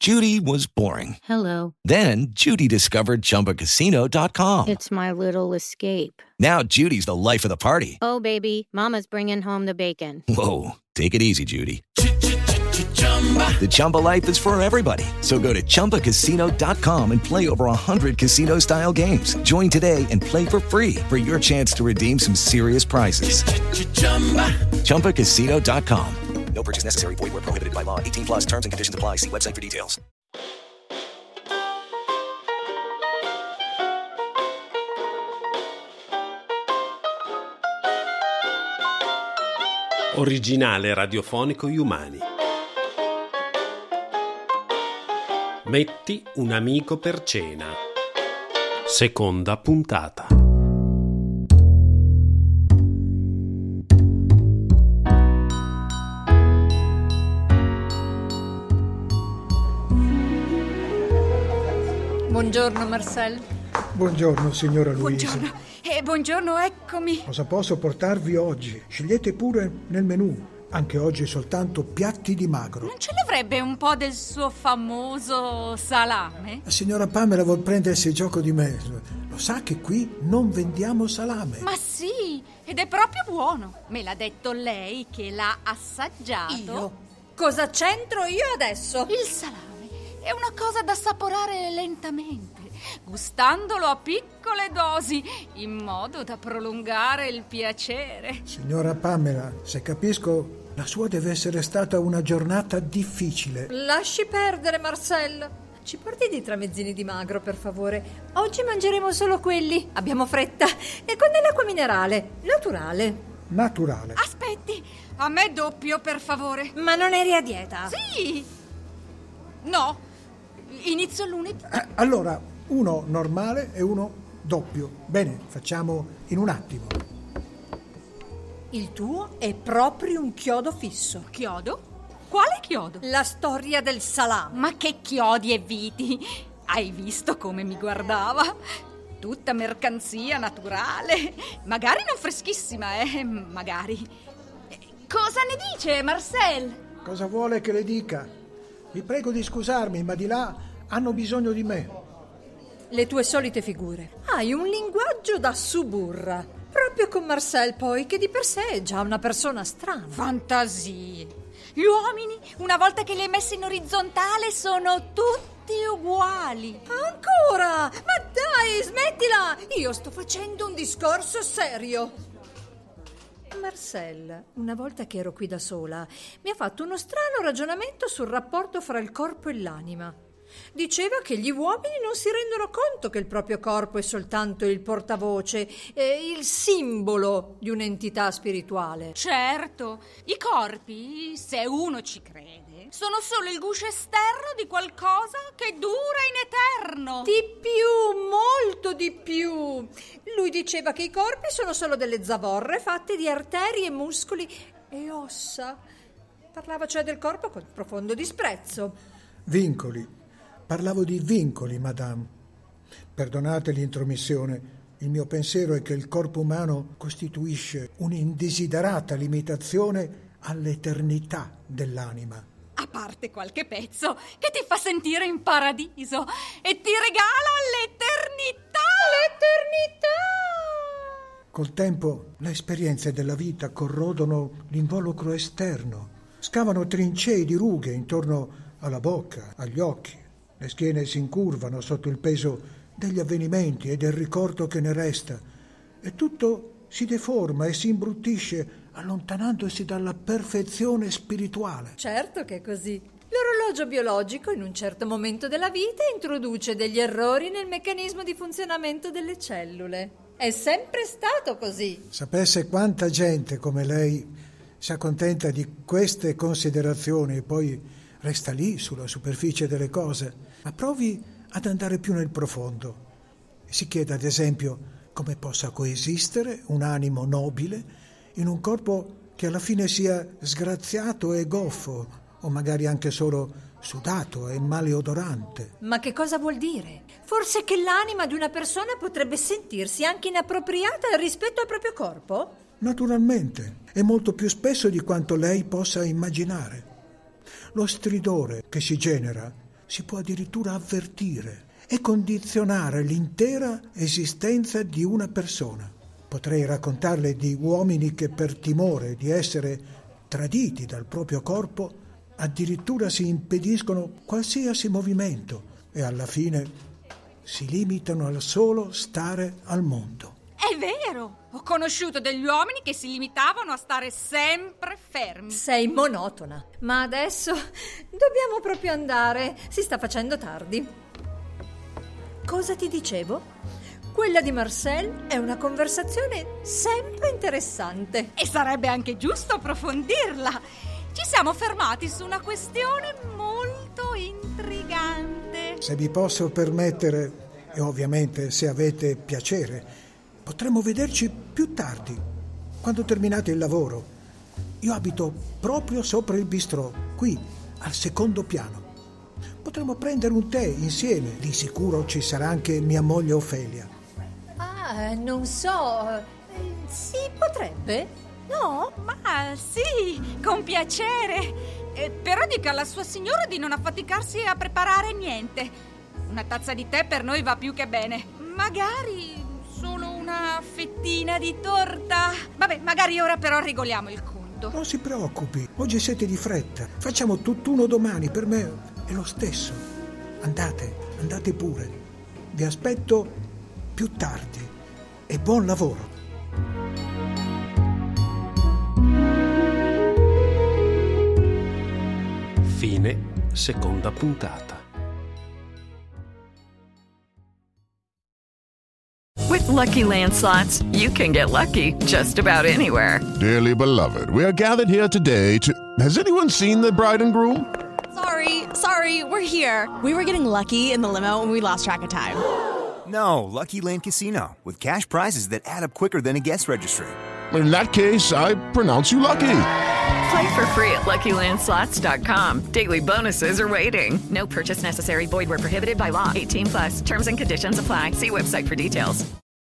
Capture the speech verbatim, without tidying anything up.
Judy was boring. Hello. Then Judy discovered Chumba Casino dot com. It's my little escape. Now Judy's the life of the party. Oh, baby, mama's bringing home the bacon. Whoa, take it easy, Judy. The Chumba life is for everybody. So go to Chumba Casino dot com and play over one hundred casino-style games. Join today and play for free for your chance to redeem some serious prizes. Chumba Casino dot com. No purchase necessary. Void where prohibited by law. eighteen plus terms and conditions apply. See website for details. Originale radiofonico Humani. Metti un amico per cena. Seconda puntata. Buongiorno Marcel. Buongiorno signora Luisa. Buongiorno. E eh, buongiorno, eccomi. Cosa posso portarvi oggi? Scegliete pure nel menù. Anche oggi soltanto piatti di magro. Non ce l'avrebbe un po' del suo famoso salame? La signora Pamela vuol prendersi gioco di me. Lo sa che qui non vendiamo salame. Ma sì, ed è proprio buono. Me l'ha detto lei che l'ha assaggiato. Io? Cosa c'entro io adesso? Il salame è una cosa da assaporare lentamente, gustandolo a piccole dosi, in modo da prolungare il piacere. Signora Pamela, se capisco, la sua deve essere stata una giornata difficile. Lasci perdere, Marcel. Ci porti dei tramezzini di magro, per favore. Oggi mangeremo solo quelli. Abbiamo fretta. E con dell'acqua minerale, naturale. Naturale. Aspetti, a me doppio, per favore. Ma non eri a dieta? Sì. No, inizio lunedì. Eh, allora, uno normale e uno doppio. Bene, facciamo in un attimo. Il tuo è proprio un chiodo fisso. Chiodo? Quale chiodo? La storia del salame. Ma che chiodi e viti! Hai visto come mi guardava? Tutta mercanzia naturale. Magari non freschissima, eh? Magari. Cosa ne dice, Marcel? Cosa vuole che le dica? Vi prego di scusarmi, ma di là hanno bisogno di me. Le tue solite figure. Hai un linguaggio da suburra. Proprio con Marcel, poi, che di per sé è già una persona strana. Fantasie. Gli uomini, una volta che li hai messi in orizzontale, sono tutti uguali. Ancora? Ma dai, smettila! Io sto facendo un discorso serio. Marcel, una volta che ero qui da sola, mi ha fatto uno strano ragionamento sul rapporto fra il corpo e l'anima. Diceva che gli uomini non si rendono conto che il proprio corpo è soltanto il portavoce, eh, il simbolo di un'entità spirituale. Certo, i corpi, se uno ci crede, sono solo il guscio esterno di qualcosa che dura in eterno. Di più, molto di più. Lui diceva che i corpi sono solo delle zavorre fatte di arterie, muscoli e ossa. Parlava cioè del corpo con profondo disprezzo. Vincoli. Parlavo di vincoli, madame. Perdonate l'intromissione. Il mio pensiero è che il corpo umano costituisce un'indesiderata limitazione all'eternità dell'anima. A parte qualche pezzo che ti fa sentire in paradiso e ti regala l'eternità. L'eternità! Col tempo le esperienze della vita corrodono l'involucro esterno, scavano trincee di rughe intorno alla bocca, agli occhi. Le schiene si incurvano sotto il peso degli avvenimenti e del ricordo che ne resta, e tutto si deforma e si imbruttisce allontanandosi dalla perfezione spirituale. Certo che è così. L'orologio biologico in un certo momento della vita introduce degli errori nel meccanismo di funzionamento delle cellule. È sempre stato così. Sapesse quanta gente come lei si accontenta di queste considerazioni e poi resta lì sulla superficie delle cose, ma provi ad andare più nel profondo. Si chiede ad esempio come possa coesistere un animo nobile in un corpo che alla fine sia sgraziato e goffo, o magari anche solo sudato e maleodorante. Ma che cosa vuol dire? Forse che l'anima di una persona potrebbe sentirsi anche inappropriata rispetto al proprio corpo? Naturalmente, e molto più spesso di quanto lei possa immaginare. Lo stridore che si genera si può addirittura avvertire e condizionare l'intera esistenza di una persona. Potrei raccontarle di uomini che per timore di essere traditi dal proprio corpo addirittura si impediscono qualsiasi movimento e alla fine si limitano al solo stare al mondo. È vero! Ho conosciuto degli uomini che si limitavano a stare sempre fermi. Sei monotona. Ma adesso dobbiamo proprio andare. Si sta facendo tardi. Cosa ti dicevo? Quella di Marcel è una conversazione sempre interessante. E sarebbe anche giusto approfondirla. Ci siamo fermati su una questione molto intrigante. Se vi posso permettere, e ovviamente se avete piacere, potremmo vederci più tardi, quando terminate il lavoro. Io abito proprio sopra il bistrò, qui, al secondo piano. Potremmo prendere un tè insieme. Di sicuro ci sarà anche mia moglie Ofelia. Ah, non so. Si potrebbe? No? Ma sì, con piacere. Eh, però dica alla sua signora di non affaticarsi a preparare niente. Una tazza di tè per noi va più che bene. Magari solo una fettina di torta. Vabbè, magari ora però regoliamo il conto. Non si preoccupi, oggi siete di fretta. Facciamo tutt'uno domani, per me è lo stesso. Andate, andate pure. Vi aspetto più tardi e buon lavoro. Fine seconda puntata. With Lucky Land Slots, you can get lucky just about anywhere. Dearly beloved, we are gathered here today to... Has anyone seen the bride and groom? Sorry, sorry, we're here. We were getting lucky in the limo and we lost track of time. No, Lucky Land Casino, with cash prizes that add up quicker than a guest registry. In that case, I pronounce you lucky. Play for free at Lucky Land Slots dot com. Daily bonuses are waiting. No purchase necessary. Void where prohibited by law. eighteen plus. Terms and conditions apply. See website for details.